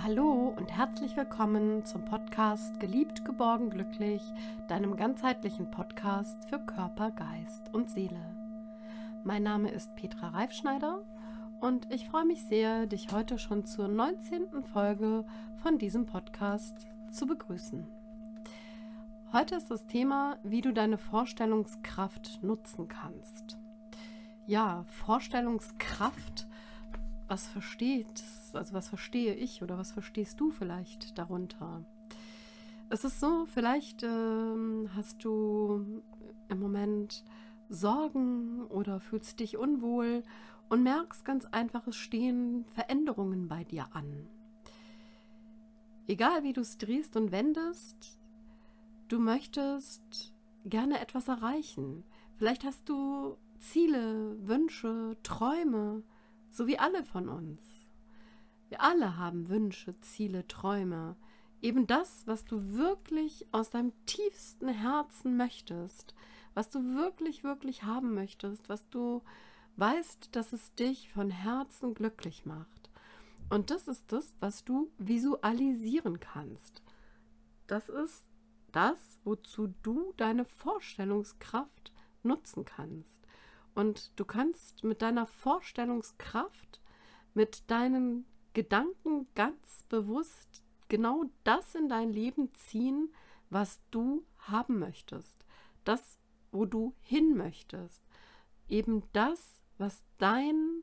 Hallo und herzlich willkommen zum Podcast Geliebt, geborgen, glücklich, deinem ganzheitlichen Podcast für Körper, Geist und Seele. Mein Name ist Petra Reifschneider und ich freue mich sehr, dich heute schon zur 19. Folge von diesem Podcast zu begrüßen. Heute ist das Thema, wie du deine Vorstellungskraft nutzen kannst. Ja, Vorstellungskraft, was verstehe ich oder was verstehst du vielleicht darunter? Es ist so, vielleicht hast du im Moment Sorgen oder fühlst dich unwohl und merkst ganz einfach, es stehen Veränderungen bei dir an. Egal wie du es drehst und wendest, du möchtest gerne etwas erreichen. Vielleicht hast du Ziele, Wünsche, Träume, so wie alle von uns. Wir alle haben Wünsche, Ziele, Träume. Eben das, was du wirklich aus deinem tiefsten Herzen möchtest, was du wirklich, wirklich haben möchtest, was du weißt, dass es dich von Herzen glücklich macht. Und das ist das, was du visualisieren kannst. Das ist das, wozu du deine Vorstellungskraft nutzen kannst. Und du kannst mit deiner Vorstellungskraft, mit deinen Gedanken ganz bewusst genau das in dein Leben ziehen, was du haben möchtest. Das, wo du hin möchtest. Eben das, was dein,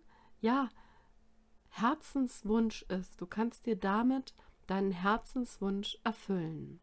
Herzenswunsch ist. Du kannst dir damit deinen Herzenswunsch erfüllen.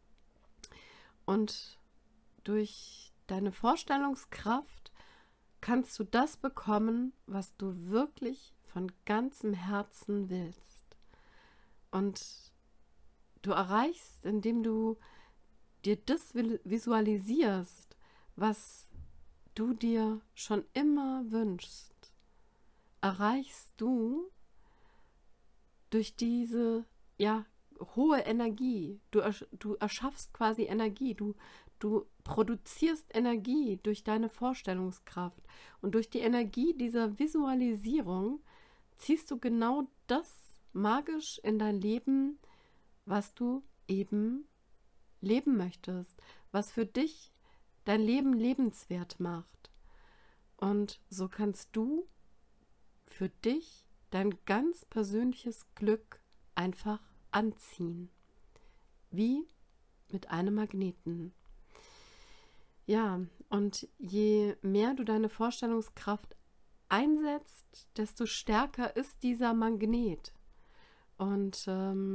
Und durch deine Vorstellungskraft kannst du das bekommen, was du wirklich von ganzem Herzen willst. Und du erreichst, indem du dir das visualisierst, was du dir schon immer wünschst, erreichst du durch diese, hohe Energie. Du erschaffst quasi Energie. Du produzierst Energie durch deine Vorstellungskraft. Und durch die Energie dieser Visualisierung ziehst du genau das magisch in dein Leben, was du eben leben möchtest, was für dich dein Leben lebenswert macht. Und so kannst du für dich dein ganz persönliches Glück einfach anziehen. Wie mit einem Magneten. Ja, und je mehr du deine Vorstellungskraft einsetzt, desto stärker ist dieser Magnet. Und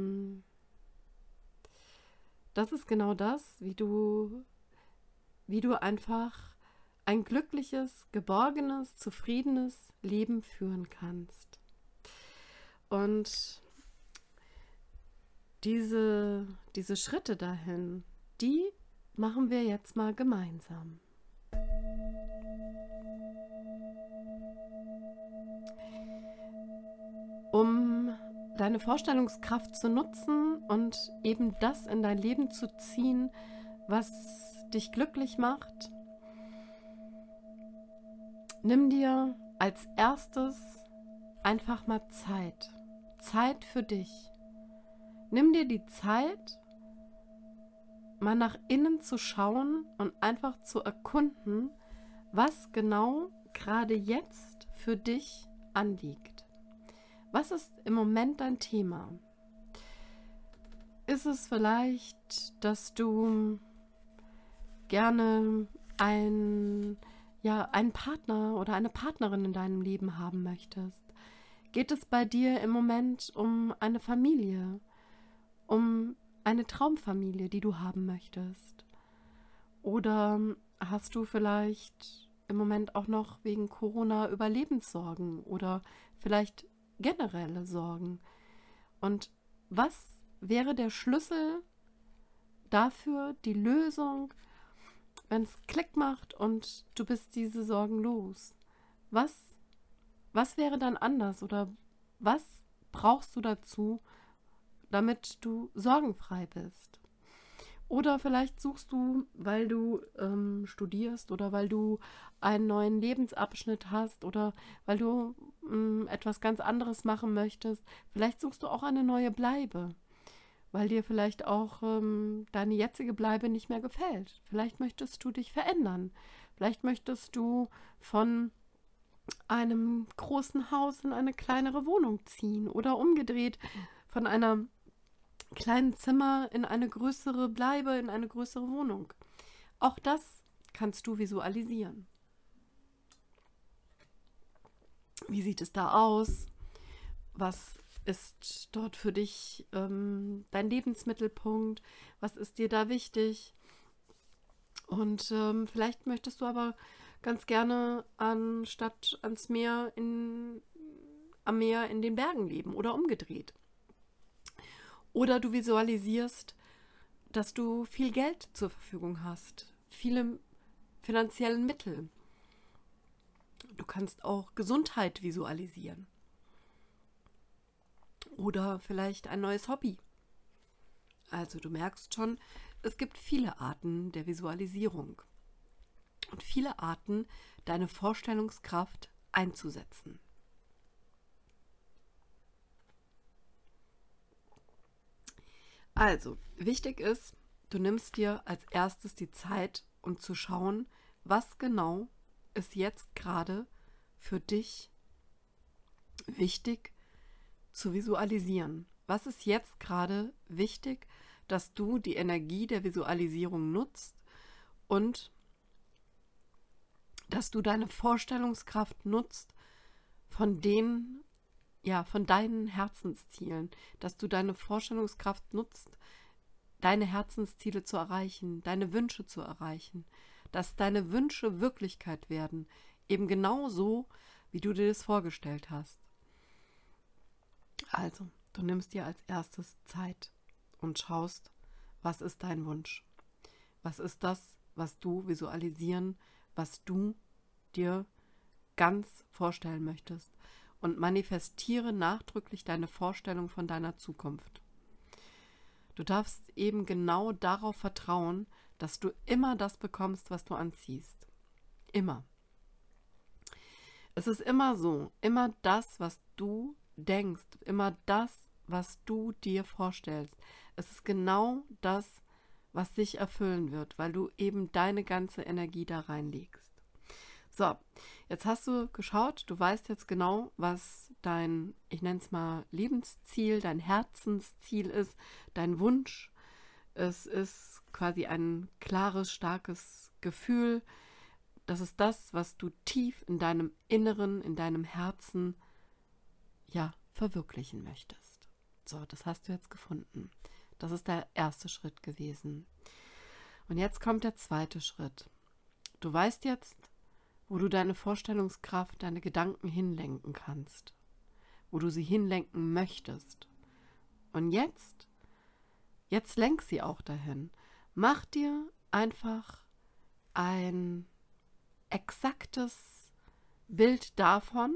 das ist genau das, wie du einfach ein glückliches, geborgenes, zufriedenes Leben führen kannst. Und diese Schritte dahin, die machen wir jetzt mal gemeinsam. Um deine Vorstellungskraft zu nutzen und eben das in dein Leben zu ziehen, was dich glücklich macht, nimm dir als erstes einfach mal Zeit. Zeit für dich. Nimm dir die Zeit, mal nach innen zu schauen und einfach zu erkunden, was genau gerade jetzt für dich anliegt. Was ist im Moment dein Thema? Ist es vielleicht, dass du gerne einen Partner oder eine Partnerin in deinem Leben haben möchtest? Geht es bei dir im Moment um eine Familie, um eine Traumfamilie, die du haben möchtest? Oder hast du vielleicht im Moment auch noch wegen Corona Überlebenssorgen oder vielleicht generelle Sorgen? Und was wäre der Schlüssel dafür, die Lösung, wenn es Klick macht und du bist diese Sorgen los? Was wäre dann anders oder was brauchst du dazu, damit du sorgenfrei bist? Oder vielleicht suchst du, weil du studierst oder weil du einen neuen Lebensabschnitt hast oder weil du etwas ganz anderes machen möchtest. Vielleicht suchst du auch eine neue Bleibe, weil dir vielleicht auch deine jetzige Bleibe nicht mehr gefällt. Vielleicht möchtest du dich verändern. Vielleicht möchtest du von einem großen Haus in eine kleinere Wohnung ziehen oder umgedreht von einem kleinen Zimmer in eine größere Bleibe, in eine größere Wohnung. Auch das kannst du visualisieren. Wie sieht es da aus? Was ist dort für dich dein Lebensmittelpunkt? Was ist dir da wichtig? Und vielleicht möchtest du aber ganz gerne anstatt am Meer in den Bergen leben oder umgedreht. Oder du visualisierst, dass du viel Geld zur Verfügung hast, viele finanzielle Mittel. Du kannst auch Gesundheit visualisieren. Oder vielleicht ein neues Hobby. Also du merkst schon, es gibt viele Arten der Visualisierung und viele Arten, deine Vorstellungskraft einzusetzen. Also, wichtig ist, du nimmst dir als erstes die Zeit, um zu schauen, was genau ist jetzt gerade für dich wichtig zu visualisieren. Was ist jetzt gerade wichtig, dass du die Energie der Visualisierung nutzt und dass du deine Vorstellungskraft nutzt von von deinen Herzenszielen, dass du deine Vorstellungskraft nutzt, deine Herzensziele zu erreichen, deine Wünsche zu erreichen, dass deine Wünsche Wirklichkeit werden, eben genau so, wie du dir das vorgestellt hast. Also, du nimmst dir als erstes Zeit und schaust, was ist dein Wunsch? Was ist das, was du visualisieren, was du dir ganz vorstellen möchtest? Und manifestiere nachdrücklich deine Vorstellung von deiner Zukunft. Du darfst eben genau darauf vertrauen, dass du immer das bekommst, was du anziehst. Immer. Es ist immer so, immer das, was du denkst, immer das, was du dir vorstellst. Es ist genau das, was sich erfüllen wird, weil du eben deine ganze Energie da reinlegst. So, jetzt hast du geschaut, du weißt jetzt genau, was dein, ich nenne es mal Lebensziel, dein Herzensziel ist, dein Wunsch. Es ist quasi ein klares, starkes Gefühl. Das ist das, was du tief in deinem Inneren, in deinem Herzen, verwirklichen möchtest. So, das hast du jetzt gefunden. Das ist der erste Schritt gewesen. Und jetzt kommt der zweite Schritt. Du weißt jetzt, wo du deine Vorstellungskraft, deine Gedanken hinlenken kannst, wo du sie hinlenken möchtest. Und jetzt lenk sie auch dahin. Mach dir einfach ein exaktes Bild davon,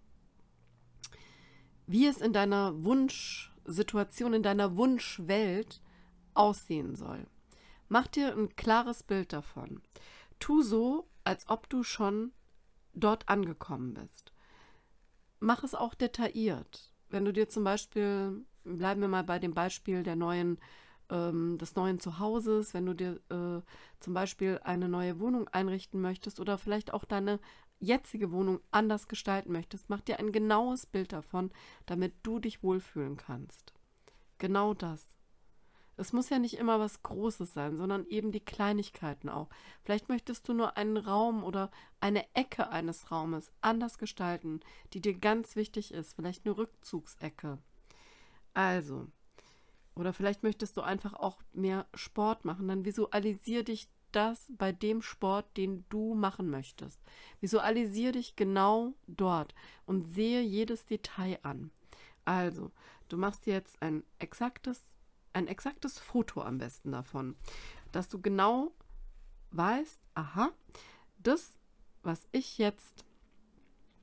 wie es in deiner Wunschsituation, in deiner Wunschwelt aussehen soll. Mach dir ein klares Bild davon. Tu so, als ob du schon dort angekommen bist. Mach es auch detailliert. Wenn du dir zum Beispiel, bleiben wir mal bei dem Beispiel des neuen Zuhauses, wenn du dir zum Beispiel eine neue Wohnung einrichten möchtest oder vielleicht auch deine jetzige Wohnung anders gestalten möchtest, mach dir ein genaues Bild davon, damit du dich wohlfühlen kannst. Genau das. Es muss ja nicht immer was Großes sein, sondern eben die Kleinigkeiten auch. Vielleicht möchtest du nur einen Raum oder eine Ecke eines Raumes anders gestalten, die dir ganz wichtig ist. Vielleicht eine Rückzugsecke. Also, oder vielleicht möchtest du einfach auch mehr Sport machen. Dann visualisier dich das bei dem Sport, den du machen möchtest. Visualisier dich genau dort und sehe jedes Detail an. Also, du machst dir jetzt ein exaktes Foto am besten davon, dass du genau weißt, aha, das, was ich jetzt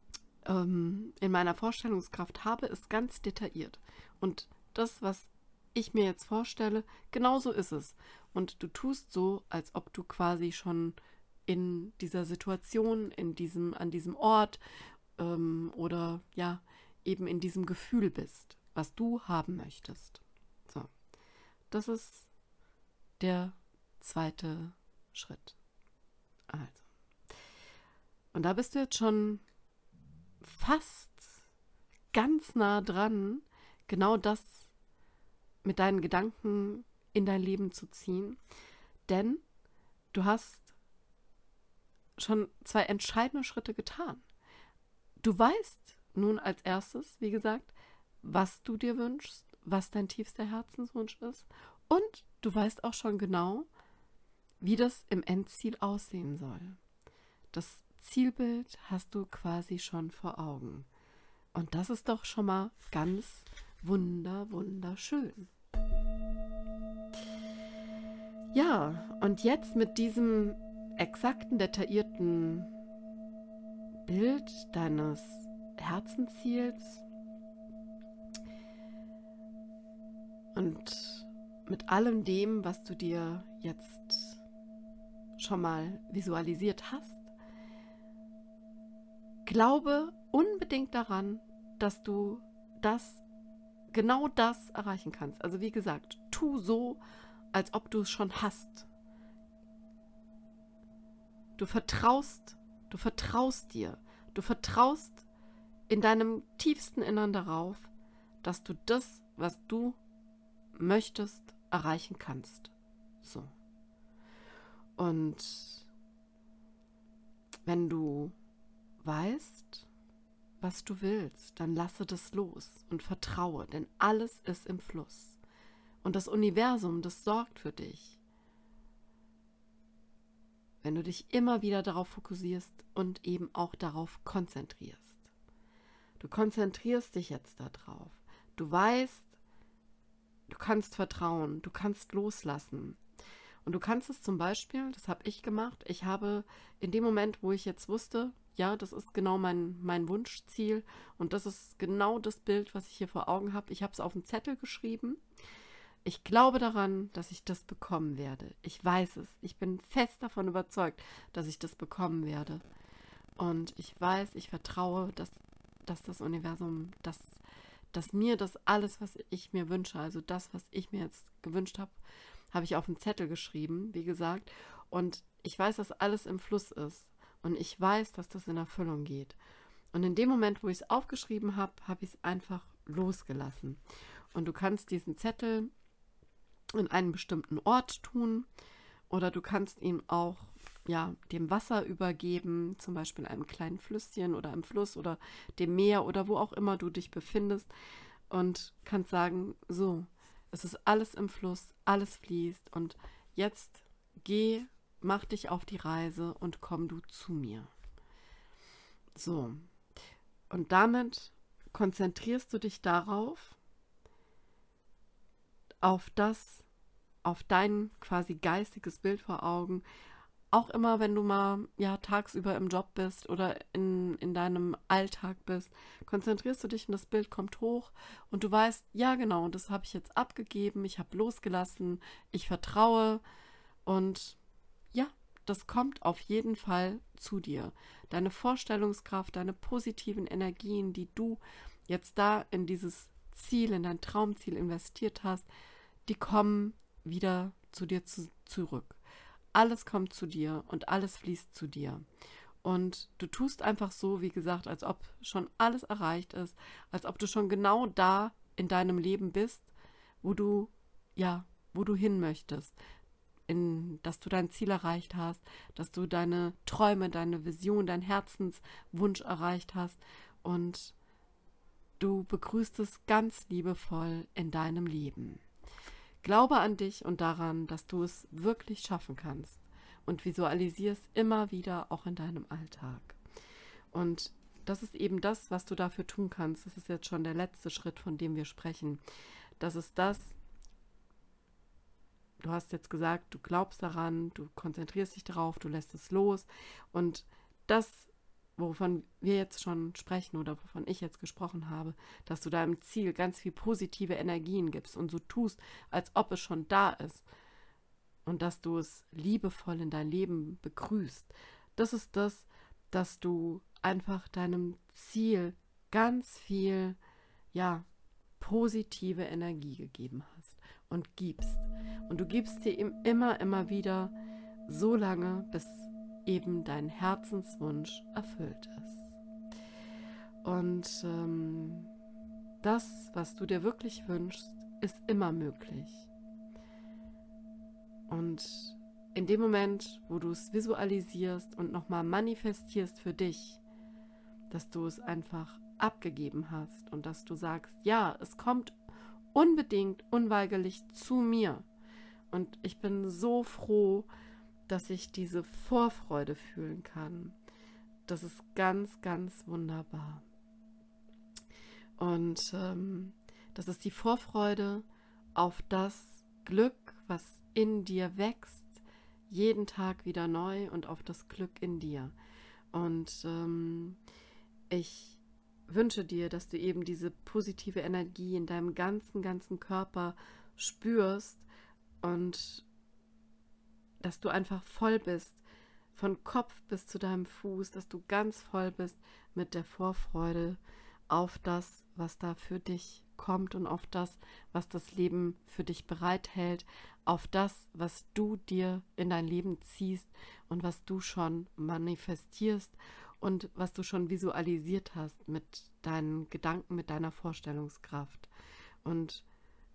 in meiner Vorstellungskraft habe, ist ganz detailliert. Und das, was ich mir jetzt vorstelle, genau so ist es. Und du tust so, als ob du quasi schon in dieser Situation, an diesem Ort oder ja, eben in diesem Gefühl bist, was du haben möchtest. So, das ist der zweite Schritt. Also, und da bist du jetzt schon fast ganz nah dran, genau das mit deinen Gedanken in dein Leben zu ziehen. Denn du hast schon 2 entscheidende Schritte getan. Du weißt nun als erstes, wie gesagt, was du dir wünschst, was dein tiefster Herzenswunsch ist. Und du weißt auch schon genau, wie das im Endziel aussehen soll. Das Zielbild hast du quasi schon vor Augen. Und das ist doch schon mal ganz wunderschön. Ja, und jetzt mit diesem exakten, detaillierten Bild deines Herzenziels und mit allem dem, was du dir jetzt schon mal visualisiert hast, glaube unbedingt daran, dass du genau das erreichen kannst. Also wie gesagt, tu so, als ob du es schon hast. Du vertraust dir. Du vertraust in deinem tiefsten Innern darauf, dass du das, was du möchtest, erreichen kannst. So. Und wenn du weißt, was du willst, dann lasse das los und vertraue, denn alles ist im Fluss. Und das Universum, das sorgt für dich. Wenn du dich immer wieder darauf fokussierst und eben auch darauf konzentrierst. Du konzentrierst dich jetzt darauf. Du weißt, du kannst vertrauen, du kannst loslassen. Und du kannst es zum Beispiel, das habe ich gemacht, ich habe in dem Moment, wo ich jetzt wusste, ja, das ist genau mein Wunschziel und das ist genau das Bild, was ich hier vor Augen habe. Ich habe es auf einen Zettel geschrieben. Ich glaube daran, dass ich das bekommen werde. Ich weiß es. Ich bin fest davon überzeugt, dass ich das bekommen werde. Und ich weiß, ich vertraue, dass das Universum, dass mir das alles, was ich mir wünsche, also das, was ich mir jetzt gewünscht habe, habe ich auf einen Zettel geschrieben, wie gesagt. Und ich weiß, dass alles im Fluss ist. Und ich weiß, dass das in Erfüllung geht. Und in dem Moment, wo ich es aufgeschrieben habe, habe ich es einfach losgelassen. Und du kannst diesen Zettel in einen bestimmten Ort tun oder du kannst ihn auch dem Wasser übergeben, zum Beispiel in einem kleinen Flüsschen oder im Fluss oder dem Meer oder wo auch immer du dich befindest und kannst sagen, so, es ist alles im Fluss, alles fließt und jetzt mach dich auf die Reise und komm du zu mir. So, und damit konzentrierst du dich darauf, auf dein quasi geistiges Bild vor Augen. Auch immer, wenn du mal tagsüber im Job bist oder in deinem Alltag bist, konzentrierst du dich und das Bild kommt hoch und du weißt, ja genau, das habe ich jetzt abgegeben, ich habe losgelassen, ich vertraue und ja, das kommt auf jeden Fall zu dir. Deine Vorstellungskraft, deine positiven Energien, die du jetzt da in dieses Ziel, in dein Traumziel investiert hast, die kommen wieder zu dir zurück. Alles kommt zu dir und alles fließt zu dir. Und du tust einfach so, wie gesagt, als ob schon alles erreicht ist, als ob du schon genau da in deinem Leben bist, wo du hin möchtest. Dass du dein Ziel erreicht hast, dass du deine Träume, deine Vision, dein Herzenswunsch erreicht hast und du begrüßt es ganz liebevoll in deinem Leben. Glaube an dich und daran, dass du es wirklich schaffen kannst und visualisier es immer wieder auch in deinem Alltag. Und das ist eben das, was du dafür tun kannst. Das ist jetzt schon der letzte Schritt, von dem wir sprechen. Das ist das, du hast jetzt gesagt, du glaubst daran, du konzentrierst dich darauf, du lässt es los und das wovon wir jetzt schon sprechen oder wovon ich jetzt gesprochen habe, dass du deinem Ziel ganz viel positive Energien gibst und so tust, als ob es schon da ist und dass du es liebevoll in dein Leben begrüßt. Das ist das, dass du einfach deinem Ziel ganz viel, ja, positive Energie gegeben hast und gibst. Und du gibst dir ihm immer wieder so lange, bis eben dein Herzenswunsch erfüllt ist. Und das, was du dir wirklich wünschst, ist immer möglich. Und in dem Moment, wo du es visualisierst und nochmal manifestierst für dich, dass du es einfach abgegeben hast und dass du sagst, ja, es kommt unbedingt, unweigerlich zu mir. Und ich bin so froh, dass ich diese Vorfreude fühlen kann. Das ist ganz, ganz wunderbar. Und das ist die Vorfreude auf das Glück, was in dir wächst, jeden Tag wieder neu und auf das Glück in dir. Und ich wünsche dir, dass du eben diese positive Energie in deinem ganzen Körper spürst und dass du einfach voll bist, von Kopf bis zu deinem Fuß, dass du ganz voll bist mit der Vorfreude auf das, was da für dich kommt und auf das, was das Leben für dich bereithält, auf das, was du dir in dein Leben ziehst und was du schon manifestierst und was du schon visualisiert hast mit deinen Gedanken, mit deiner Vorstellungskraft. Und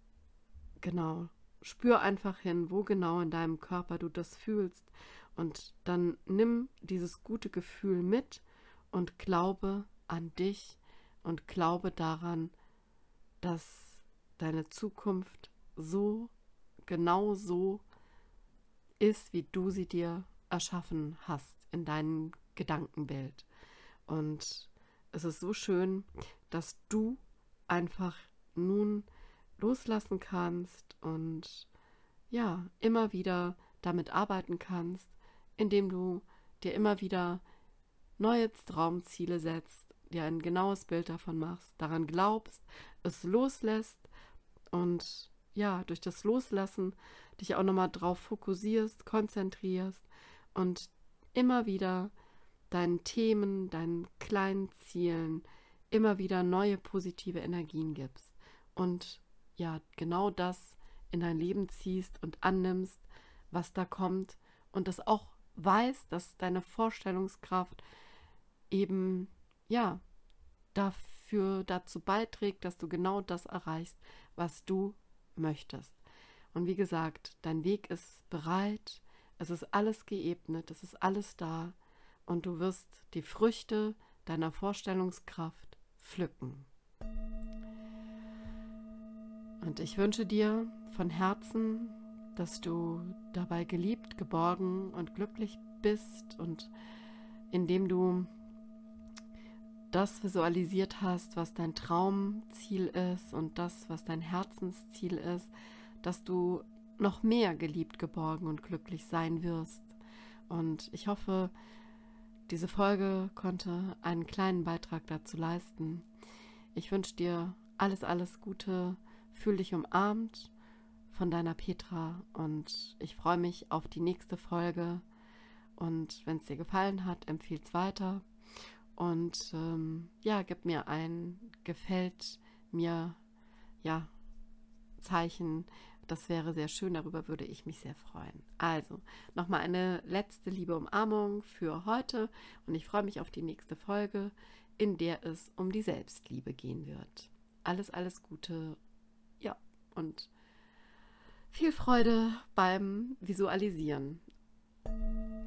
genau, spür einfach hin, wo genau in deinem Körper du das fühlst und dann nimm dieses gute Gefühl mit und glaube an dich und glaube daran, dass deine Zukunft genau so ist, wie du sie dir erschaffen hast in deinem Gedankenbild. Und es ist so schön, dass du einfach nun loslassen kannst und ja, immer wieder damit arbeiten kannst, indem du dir immer wieder neue Traumziele setzt, dir ein genaues Bild davon machst, daran glaubst, es loslässt und ja, durch das Loslassen dich auch nochmal drauf fokussierst, konzentrierst und immer wieder deinen Themen, deinen kleinen Zielen immer wieder neue positive Energien gibst und ja, genau das in dein Leben ziehst und annimmst, was da kommt und das auch weißt, dass deine Vorstellungskraft eben, ja, dazu beiträgt, dass du genau das erreichst, was du möchtest. Und wie gesagt, dein Weg ist bereit, es ist alles geebnet, es ist alles da und du wirst die Früchte deiner Vorstellungskraft pflücken. Und ich wünsche dir von Herzen, dass du dabei geliebt, geborgen und glücklich bist und indem du das visualisiert hast, was dein Traumziel ist und das, was dein Herzensziel ist, dass du noch mehr geliebt, geborgen und glücklich sein wirst. Und ich hoffe, diese Folge konnte einen kleinen Beitrag dazu leisten. Ich wünsche dir alles Gute, fühl dich umarmt von deiner Petra und ich freue mich auf die nächste Folge. Und wenn es dir gefallen hat, empfehle es weiter. Und ja, gib mir ein gefällt mir ja Zeichen. Das wäre sehr schön, darüber würde ich mich sehr freuen. Also, nochmal eine letzte liebe Umarmung für heute und ich freue mich auf die nächste Folge, in der es um die Selbstliebe gehen wird. Alles Gute, ja, und viel Freude beim Visualisieren.